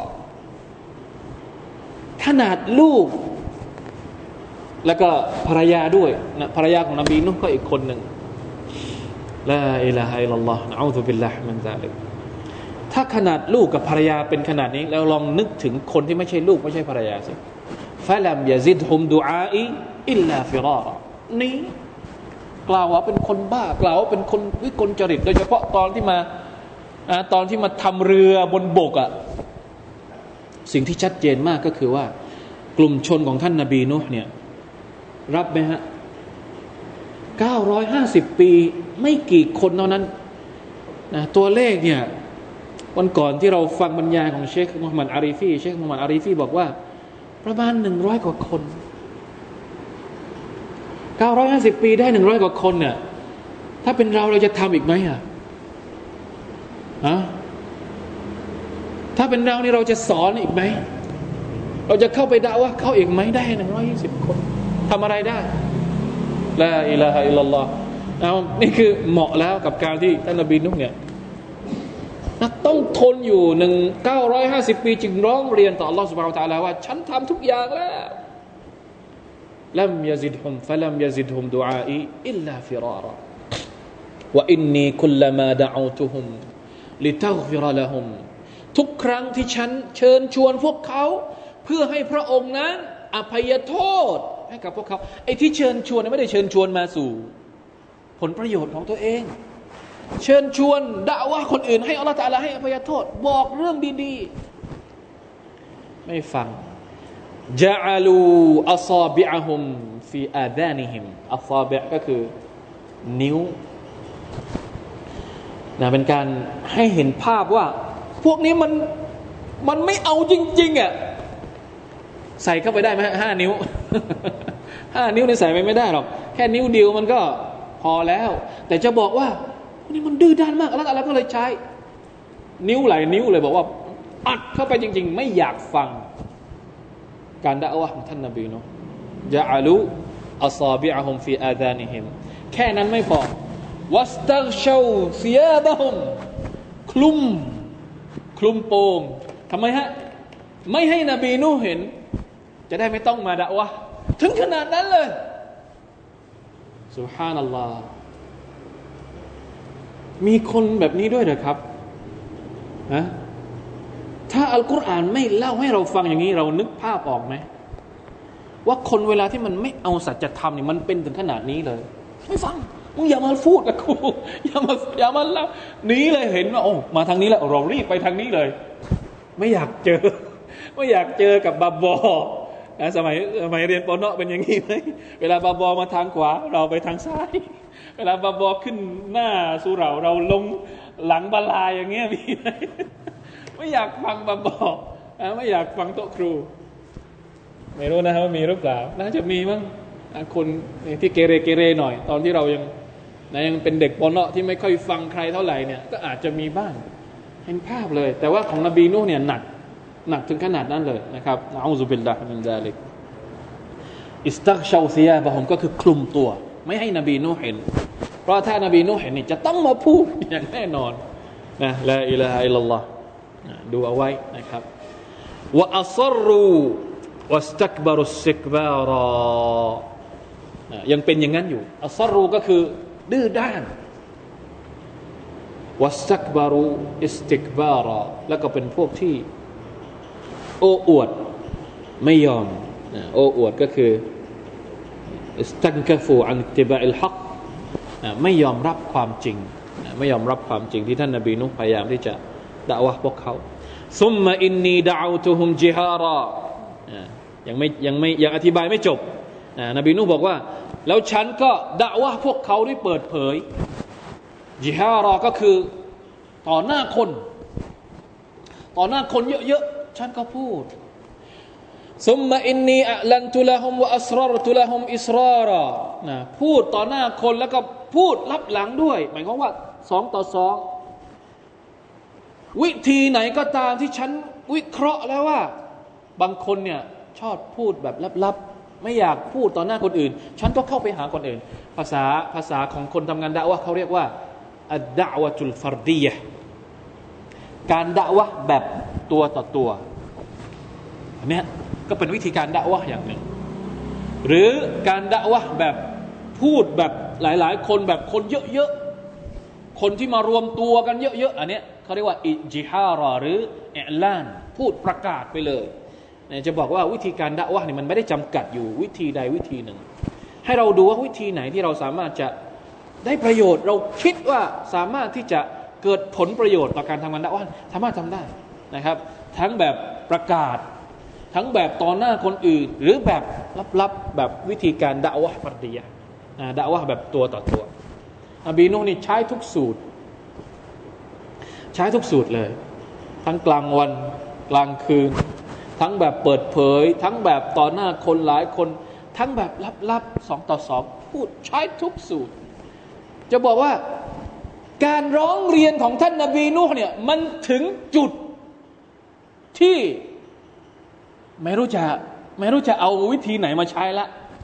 ขนาดลูกแล้วก็ภรรยาด้วยนะภรรยาของนบีนูฮ์ก็อีกคนหนึ่งลาอิลาฮะอิลลัลลอฮ์นะอูซุบิลลาฮิมินซาลิกถ้าขนาดลูกกับภรรยาเป็นขนาดนี้แล้วลองนึกถึงคนที่ไม่ใช่ลูกไม่ใช่ภรรยาสิฟะลัมยะซิดฮุมดุอาอีอิลลาฟิรารนี้กล่าวว่าเป็นคนบ้ากล่าวว่าเป็นคนวิกลจริตโดยเฉพาะตอนที่มานะตอนที่มาทำเรือบนบกอ่ะสิ่งที่ชัดเจนมากก็คือว่ากลุ่มชนของท่านนบีนูห์เนี่ยรับไหมฮะเก้าร้อยห้าสิบปีไม่กี่คนเท่านั้นนะตัวเลขเนี่ยวันก่อนที่เราฟังบรรยายของเชคมุฮัมมัดอารีฟีเชคมุฮัมมัดอารีฟีบอกว่าประมาณหนึ่งร้อยกว่าคนเก้าร้อยห้าสิบปีได้หนึ่งร้อยกว่าคนเนี่ยถ้าเป็นเราเราจะทำอีกไหมอ่ะฮะถ้าเป็นเรานี่เราจะสอนอีกไหมเราจะเข้าไปด่าว่าเขาอีกไหมได้หนึ่งร้อยยี่สิบคนทำอะไรได้ลาอิลาฮะอิลลัลลอฮ์เอานี่คือเหมาะแล้วกับการที่ท่านนบีนุห์เนี่ยต้องทนอยู่หนึ่งเก้าร้อยห้าสิบปีจึงร้องเรียนต่ออัลลอฮฺซุบฮานะฮูวะตะอาลาว่าฉันทำทุกอย่างแล้วลัมยะซิดฮุมฟะลัมยะซิดฮุมดุอาอีอิลลาฟิราราวะอินนีคุลลมาดะอูตุฮุมลิตัฆฟิรละฮุมทุกครั้งที่ฉันเชิญชวนพวกเขาเพื่อให้พระองค์นั้นอภัยโทษให้กับพวกเขาไอ้ที่เชิญชวนไม่ได้เชิญชวนมาสู่ผลประโยชน์ของตัวเองเชิญชวนด่าว่าคนอื่นให้อัลเลาะห์ตะอาลาให้อภัยโทษบอกเรื่องดีๆไม่ฟังจาอะลูอัศอบิอะฮุมฟีอาซานิฮิมอัศอบิก็คือนิ้วนะเป็นการให้เห็นภาพว่าพวกนี้มันมันไม่เอาจริงๆอ่ะใส่เข้าไปได้ไหมห้านิ้ว ห้านิ้วนี่ใส่ไปไม่ได้หรอกแค่นิ้วเดียวมันก็พอแล้วแต่จะบอกว่านี่มันดื้อด้านมากอัลเลาะห์ตะอาลาก็เลยใช้นิ้วหลายนิ้วเลยบอกว่าอัดเข้าไปจริงๆไม่อยากฟังการดะอ์วะห์ของท่านนบีเนาะญะอะลูอัศอบิอะฮุมฟีอาซานิฮิมแค่นั้นไม่พอวัสตัฆชาวซิยาบะฮุมคลุมคลุมโปงทำไมฮะไม่ให้นบีนูห์เห็นจะได้ไม่ต้องมาดะอ์วะห์ถึงขนาดนั้นเลยซุบฮานัลลอฮ์มีคนแบบนี้ด้วยเหรอครับนะถ้าอัลกุรอานไม่เล่าให้เราฟังอย่างนี้เรานึกภาพออกไหมว่าคนเวลาที่มันไม่เอาสัจธรรมนี่มันเป็นถึงขนาดนี้เลยไม่ฟังมึงอย่ามาพูดกับกูอย่ามาอย่ามาเล่าหนีเลยเห็นว่าโอ้มาทางนี้แล้วเรารีบไปทางนี้เลยไม่อยากเจอไม่อยากเจอกับบาบอนะสมัยสมัยเรียนป.เนาะเป็นอย่างนี้ไหมเวลาบาบอมาทางขวาเราไปทางซ้ายเวลาบาบอขึ้นหน้าสู่เราเราลงหลังบาลายอย่างเงี้ยมีไหมไม่อยากฟังบาบอไม่อยากฟังโต๊ะครูไม่รู้นะว่ามีหรือเปล่าน่าจะมีมั้งคนที่เกเรเกเรหน่อยตอนที่เรายังนะยังเป็นเด็กป.เนาะที่ไม่ค่อยฟังใครเท่าไหร่เนี่ยก็อาจจะมีบ้างเห็นภาพเลยแต่ว่าของนบีนูห์เนี่ยหนักหนักถึงขนาดนั้นเลยนะครับนะอูซุบิลลาฮิมินซาลิกอิสตัฆชาวซิยาบะฮุมก็คือคลุมตัวไม่ให้นบีนูห์เห็นเพราะถ้านบีนูห์เห็นนี่จะต้องมาพูดอย่างแน่นอนนะลาอิลาฮะอิลลัลลอฮ์ดูเอาไว้นะครับวะอัศรูวัสตักบารุสซิกบารอยังเป็นอย่างนั้นอยู่อัศรูก็คือดื้อด้านวัสตักบารุอิสติกบารอแล้วก็เป็นพวกที่โอ้อวดไม่ยอมโอ้อวดก็คืออิสตันกะฟูอันอิตติบาอิลฮักไม่ยอมรับความจริงไม่ยอมรับความจริงที่ท่านนบีนูห์พยายามที่จะดะอ์วะห์พวกเขาซุมมะอินนีดะอูตุฮุมจิฮารายังไม่ยังไม่ยังอธิบายไม่จบนบีนูห์บอกว่าแล้วฉันก็ดะอ์วะห์พวกเขาด้วยเปิดเผยจิฮาราก็คือต่อหน้าคนต่อหน้าคนเยอะๆฉันก็พูดซุมมะอินนีอะลันตุละฮุมวะอัสรารตุละฮุมอิสรารานะพูดต่อหน้าคนแล้วก็พูดลับหลังด้วยหมายความว่าสองต่อสองวิธีไหนก็ตามที่ฉันวิเคราะห์แล้วว่าบางคนเนี่ยชอบพูดแบบลับๆไม่อยากพูดต่อหน้าคนอื่นฉันก็เข้าไปหาคนอื่นภาษาภาษาของคนทำงานดะอ์วะห์เขาเรียกว่าอัดดะอ์วะตุลฟัรดียะห์การดะอ์วะห์แบบตัวต่อตัวอันเนี้ยก็เป็นวิธีการดะอ์วะห์อย่างหนึ่งหรือการดะอ์วะห์แบบพูดแบบหลายๆคนแบบคนเยอะๆคนที่มารวมตัวกันเยอะๆอันเนี้ยเขาเรียกว่าอิจิฮาราหรืออิอลานพูดประกาศไปเลยเนี่ยจะบอกว่าวิธีการดะอ์วะห์นี่มันไม่ได้จำกัดอยู่วิธีใดวิธีหนึ่งให้เราดูว่าวิธีไหนที่เราสามารถจะได้ประโยชน์เราคิดว่าสามารถที่จะเกิดผลประโยชน์ต่อการทำงานดะอวะห์สามารถทำได้นะครับทั้งแบบประกาศทั้งแบบต่อหน้าคนอื่นหรือแบบลับๆแบบวิธีการดะอวะห์ฟัรดียะห์ดะอวะห์แบบตัวต่อตัวนบีนูห์นี่ใช้ทุกสูตรใช้ทุกสูตรเลยทั้งกลางวันกลางคืนทั้งแบบเปิดเผยทั้งแบบต่อหน้าคนหลายคนทั้งแบบลับๆสองต่อสองพูดใช้ทุกสูตรจะบอกว่าการร้องเรียนของท่านนบีนูห์เนี่ยมันถึงจุดที่ไม่รู้จะไม่รู้จะเอาวิธีไหนมาใช้ละ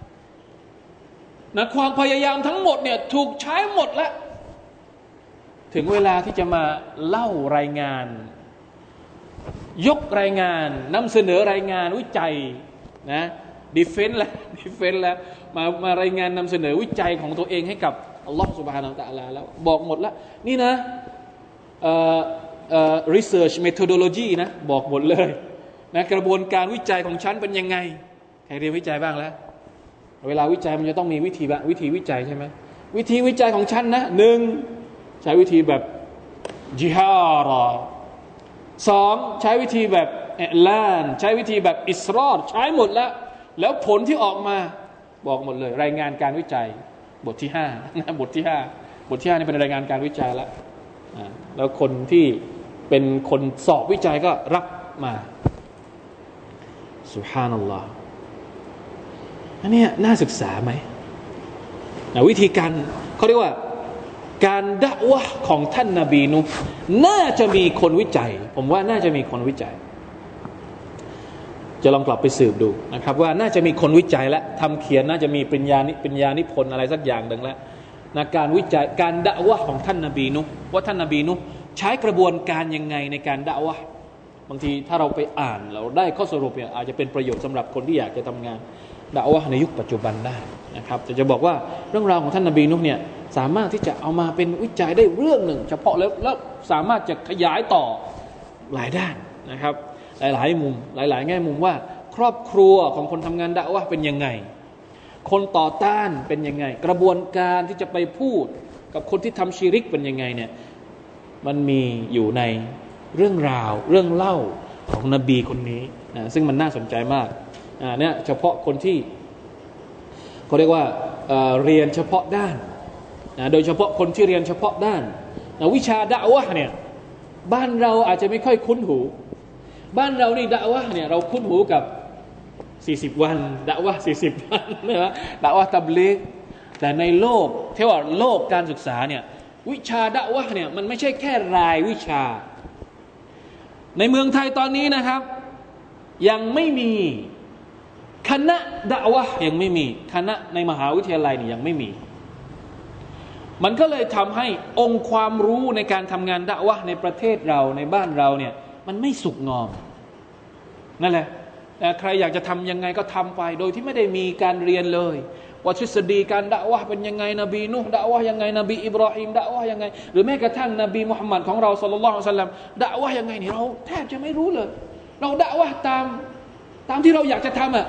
นะความพยายามทั้งหมดเนี่ยถูกใช้หมดแล้วถึงเวลาที่จะมาเล่ารายงานยกรายงานนำเสนอรายงานวิจัยนะดีเฟนส์แล้วดีเฟนส์แล้วมามารายงานนำเสนอวิจัยของตัวเองให้กับอัลลอฮฺซุบฮานะฮูวะตะอาลาแล้วบอกหมดแล้วนี่นะเอ่อเอ่อ research methodology นะบอกหมดเลยนะกระบวนการวิจัยของฉันเป็นยังไงใครเรียนวิจัยบ้างแล้วเวลาวิจัยมันจะต้องมีวิธีวิธีวิจัยใช่ไหมวิธีวิจัยของฉันนะหนึ่งใช้วิธีแบบจิฮาระสองใช้วิธีแบบเอลานใช้วิธีแบบอิสรอรใช้หมดแล้วแล้วผลที่ออกมาบอกหมดเลยรายงานการวิจัยบทที่ห้านะบทที่ห้าบทที่ห้านี่เป็นรายงานการวิจัยแล้วแล้วคนที่เป็นคนสอบวิจัยก็รับมาซุบฮานัลลอฮ์อันนี้น่าศึกษาไหมวิธีการเขาเรียกว่าการดะอวะห์ของท่านนบีนูห์น่าจะมีคนวิจัยผมว่าน่าจะมีคนวิจัยจะลองกลับไปสืบดูนะครับว่าน่าจะมีคนวิจัยและทำเขียนน่าจะมีปริญญานิปริญญานิพนธ์อะไรสักอย่างหนึ่งแล้วนะการวิจัยการดะอวะห์ของท่านนบีนูห์ว่าท่านนบีนูห์ใช้กระบวนการยังไงในการดะอวะห์บางทีถ้าเราไปอ่านเราได้ข้อสรุปเนี่ยอาจจะเป็นประโยชน์สำหรับคนที่อยากจะทำงานดะอวะห์ในยุคปัจจุบันได้นะครับแต่จะบอกว่าเรื่องราวของท่านนบีนูห์เนี่ยสามารถที่จะเอามาเป็นวิจัยได้เรื่องหนึ่งเฉพาะแล้วแล้วสามารถจะขยายต่อหลายด้านนะครับหลายๆมุมหลายๆแง่มุมว่าครอบครัวของคนทำงานดะอวะห์เป็นยังไงคนต่อต้านเป็นยังไงกระบวนการที่จะไปพูดกับคนที่ทำชิริกเป็นยังไงเนี่ยมันมีอยู่ในเรื่องราวเรื่องเล่าของนบีคนนี้นะซึ่งมันน่าสนใจมากอ่าเนี่ยเฉพาะคนที่เขาเรียกว่า เอ่อ เรียนเฉพาะด้านนะโดยเฉพาะคนที่เรียนเฉพาะด้านนะวิชาดะอวะห์เนี่ยบ้านเราอาจจะไม่ค่อยคุ้นหูบ้านเรานี่ดะอวะห์เนี่ยเราคุ้นหูกับสี่สิบวันดะอวะห์สี่สิบวันนะดะอวะห์ตับลีกแต่ในโลกเทว่าโลกการศึกษาเนี่ยวิชาดะอวะห์เนี่ยมันไม่ใช่แค่รายวิชาในเมืองไทยตอนนี้นะครับยังไม่มีคณะดะอวะห์ยังไม่มีคณะในมหาวิทยาลัยนี่ยังไม่มีมันก็เลยทำให้องค์ความรู้ในการทำงานดะอวะห์ในประเทศเราในบ้านเราเนี่ยมันไม่สุกงอมนั่นแหละใครอยากจะทำยังไงก็ทำไปโดยที่ไม่ได้มีการเรียนเลยว่าทฤษฎีการดะอวะห์เป็นยังไงนบีนูห์ดะอวะห์ยังไงนบีอิบราฮิมดะอวะห์ยังไงหรือแม้กระทั่งนบีมุฮัมมัดของเราศ็อลลัลลอฮุอะลัยฮิวะซัลลัมดะอวะห์ยังไงนี่เราแทบจะไม่รู้เลยเราดะอวะห์ตามตามที่เราอยากจะทำอ่ะ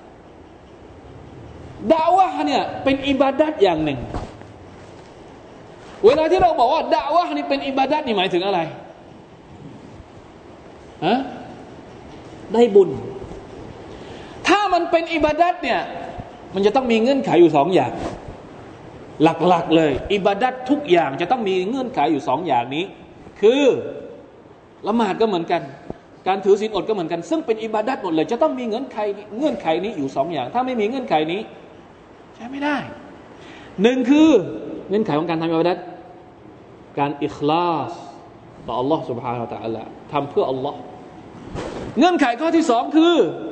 ดะอวะห์เนี่ยเป็นอิบาดัตอย่างหนึ่งเวลาที่เราบอกว่าดะอวะห์นี่เป็นอิบาดัตนี่หมายถึงอะไรฮะได้บุญถ้ามันเป็นอิบาดัตเนี่ยมันจะต้องมีเงื่อนไขอยู่สองอย่างหลักๆเลยอิบาดัตทุกอย่างจะต้องมีเงื่อนไขอยู่สองอย่างนี้คือละหมาดก็เหมือนกันการถือศีลอดก็เหมือนกันซึ่งเป็นอิบาดัตหมดเลยจะต้องมีเงื่อนไขเงื่อนไขนี้อยู่สองอย่างถ้าไม่มีเงื่อนไขนี้ใช้ไม่ได้หนึ่งคือเงื่อนไขของการทำอิบาดัตการอิคลาสต่อ Allah سبحانه และ تعالى ทำเพื่อ Allah เงื่อนไขข้อที่สองคือ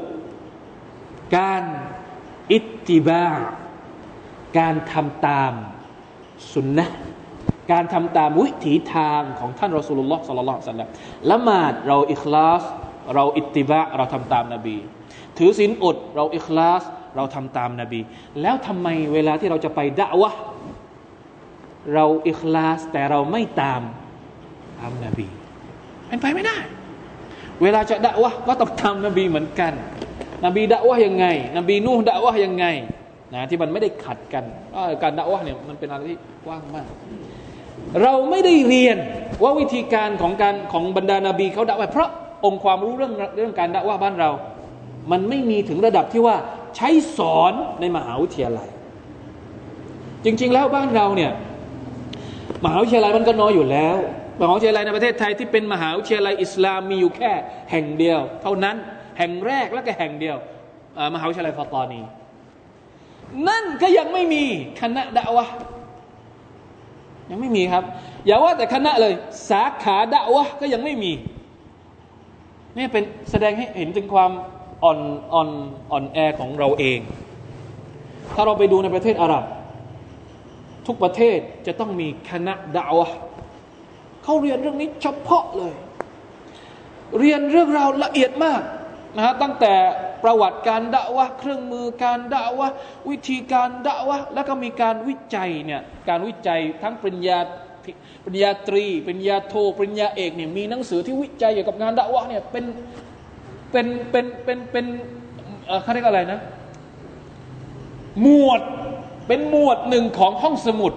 การอิตติบาการทำตามสุนนะห์การทำตามวิถีทางของท่านรอซูลุลลอฮ์ศ็อลลัลลอฮุอะลัยฮิวะซัลลัมละหมาดเราอิคลาสเราอิตติบาเราทำตามนบีถือศีลอดเราอิคลาสเราทำตามนบีแล้วทำไมเวลาที่เราจะไปดะอวะห์เราอิคลาสแต่เราไม่ตามตามนบีเป็นไปไม่ได้เวลาจะดะอวะห์ก็ต้องตามนบีเหมือนกันนบีดะอวะห์ยังไงนบีนูห์ดะอวะห์ยังไงนะที่มันไม่ได้ขัดกันการดะอวะห์เนี่ยมันเป็นอะไรที่กว้างมากเราไม่ได้เรียนว่าวิธีการของการของบรรดานาบีเขาดะวะห์เพราะองค์ความรู้เรื่องเรื่องการดะวะห์บ้านเรามันไม่มีถึงระดับที่ว่าใช้สอนในมหาวิทยาลัยจริงๆแล้วบ้านเราเนี่ยมหาวิทยาลัยมันก็น้อยอยู่แล้วมหาวิทยาลัยในประเทศไทยที่เป็นมหาวิทยาลัยอิสลามมีอยู่แค่แห่งเดียวเท่านั้นแห่งแรกและก็แห่งเดียวมหาวิทยาลัยฟาตานีนั่นก็ยังไม่มีคณะดะวะห์ยังไม่มีครับอย่าว่าแต่คณะเลยสาขาดะวะห์ก็ยังไม่มีนี่เป็นแสดงให้เห็นถึงความอ่อนอ่อนอ่อนแอของเราเองถ้าเราไปดูในประเทศอาหรับทุกประเทศจะต้องมีคณะดะวะห์เขาเรียนเรื่องนี้เฉพาะเลยเรียนเรื่องราวละเอียดมากนะฮะตั้งแต่ประวัติการดะวะห์เครื่องมือการดะวะห์วิธีการดะวะห์แล้วก็มีการวิจัยเนี่ยการวิจัยทั้งปริญญาปริญญาตรีปริญญาโทปริญญาเอกเนี่ยมีหนังสือที่วิจัยเกี่ยวกับงานดะวะห์เนี่ยเป็นเป็นเป็นเป็นเป็นเอ่อเขาเรียกอะไรนะหมวดเป็นหมวดหนึ่งของห้องสมุด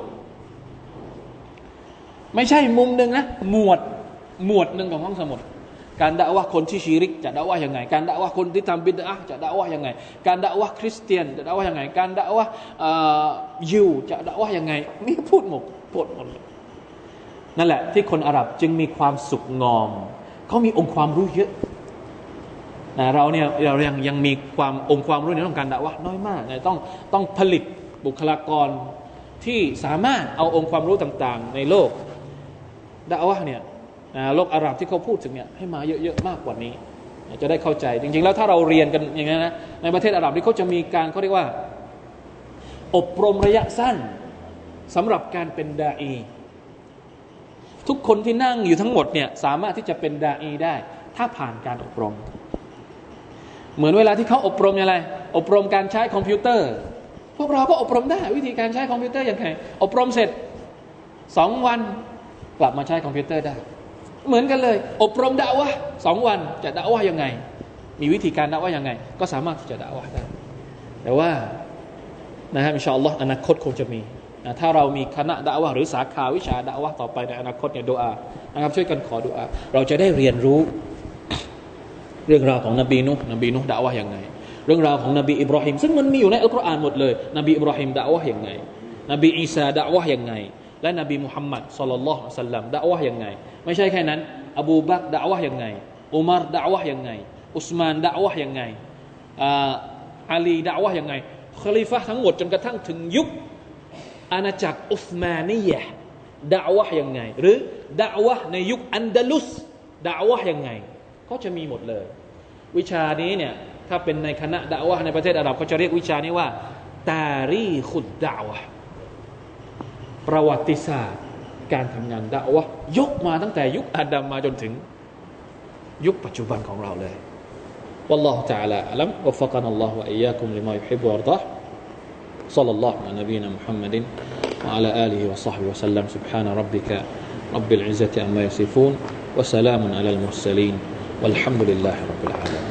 ไม่ใช่มุมหนึ่งนะหมวดหมวดหนึ่งของห้องสมุดการดะวะห์คนที่ชีริกจะดะวะห์ยังไงการดะวะห์คนที่ทำบิดอะห์จะดะวะห์ยังไงการดะวะห์คริสเตียนจะดะวะห์ยังไงการดะวะห์ยิวจะดะวะห์ยังไงมีพูดหมดพูดหมดนั่นแหละที่คนอาหรับจึงมีความสุขงอมเขามีองค์ความรู้เยอะนะเราเนี่ยเรายังยังมีความองค์ความรู้ในเรื่องการดะวะห์น้อยมากนะต้องต้องผลิตบุคลากรที่สามารถเอาองค์ความรู้ต่างๆในโลกดะวะห์เนี่ยโลกอาหรับที่เขาพูดถึงเนี่ยให้มาเยอะๆมากกว่านี้จะได้เข้าใจจริงๆแล้วถ้าเราเรียนกันอย่างนี้นะในประเทศอาหรับที่เขาจะมีการเขาเรียกว่าอบรมระยะสั้นสำหรับการเป็นดาอีทุกคนที่นั่งอยู่ทั้งหมดเนี่ยสามารถที่จะเป็นดาอีได้ถ้าผ่านการอบรมเหมือนเวลาที่เขาอบรมอะไรอบรมการใช้คอมพิวเตอร์พวกเราก็อบรมได้วิธีการใช้คอมพิวเตอร์อย่างไรอบรมเสร็จสองวันกลับมาใช้คอมพิวเตอร์ได้เหมือนกันเลยอบรมดะวะห์สองวันจะดะวะห์ยังไงมีวิธีการดะวะห์ยังไงก็สามารถที่จะดะวะห์ได้แต่ว่านะครับอินชาอัลลอฮ์อนาคตคงจะมีนะถ้าเรามีคณะดะวะห์หรือสาขาวิชาดะวะห์ต่อไปในอนาคตเนี่ยดุอานะครับช่วยกันขอดุอาเราจะได้เรียนรู้เรื่องราวของนบีนูห์นบีนูห์ดะวะห์ยังไงเรื่องราวของนบีอิบราฮิมซึ่งมันมีอยู่ในอัลกุรอานหมดเลยนบีอิบราฮิมดะวะห์ยังไงนบีอีสาดะวะห์ยังไงและนบีมุฮัมมัดศ็อลลัลลอฮุอะลัยฮิวะซัลลัมดะวะห์ยังไงไม่ใช่แค่นั้นอบูบักรดะวะห์ยังไงอุมัรดะวะห์ยังไงอุสมานดะวะห์ยังไงอาลีดะวะห์ยังไงคอลิฟะห์ทั้งหมดจนกระทั่งถึงยุคอาณาจักรอุสมานียะห์ดะวะห์ยังไงหรือดะวะห์ในยุคอันดาลุสดะวะห์ยังไงก็จะมีหมดเลยวิชานี้เนี่ยถ้าเป็นในคณะดะวะห์ในประเทศอาหรับเขาจะเรียกวิชานี้ว่าตารีคุดดะวะห์ประวัติศาสตร์การทำงานดะวะห์ยกมาตั้งแต่ยุคอาดัมมาจนถึงยุคปัจจุบันของเราเลยวัลลอฮุตะอาลาอะลัมวัฟฟะกะนัลลอฮุวะอียากุมลิมายุฮิบบุวะยัรฎอฮ์ศ็อลลัลลอฮุอะลานบีนะมุฮัมมัดวะอะลาอาลิฮิวะศ็อฮบิฮิวะซัลลัมซุบฮานะร็อบบิกะร็อบบิลอิซซะติอัมมายัซิฟูนวะสลามุนอะลัลมุรสลีนวัลฮัมดุลิลลาฮิร็อบบิลอาลามีน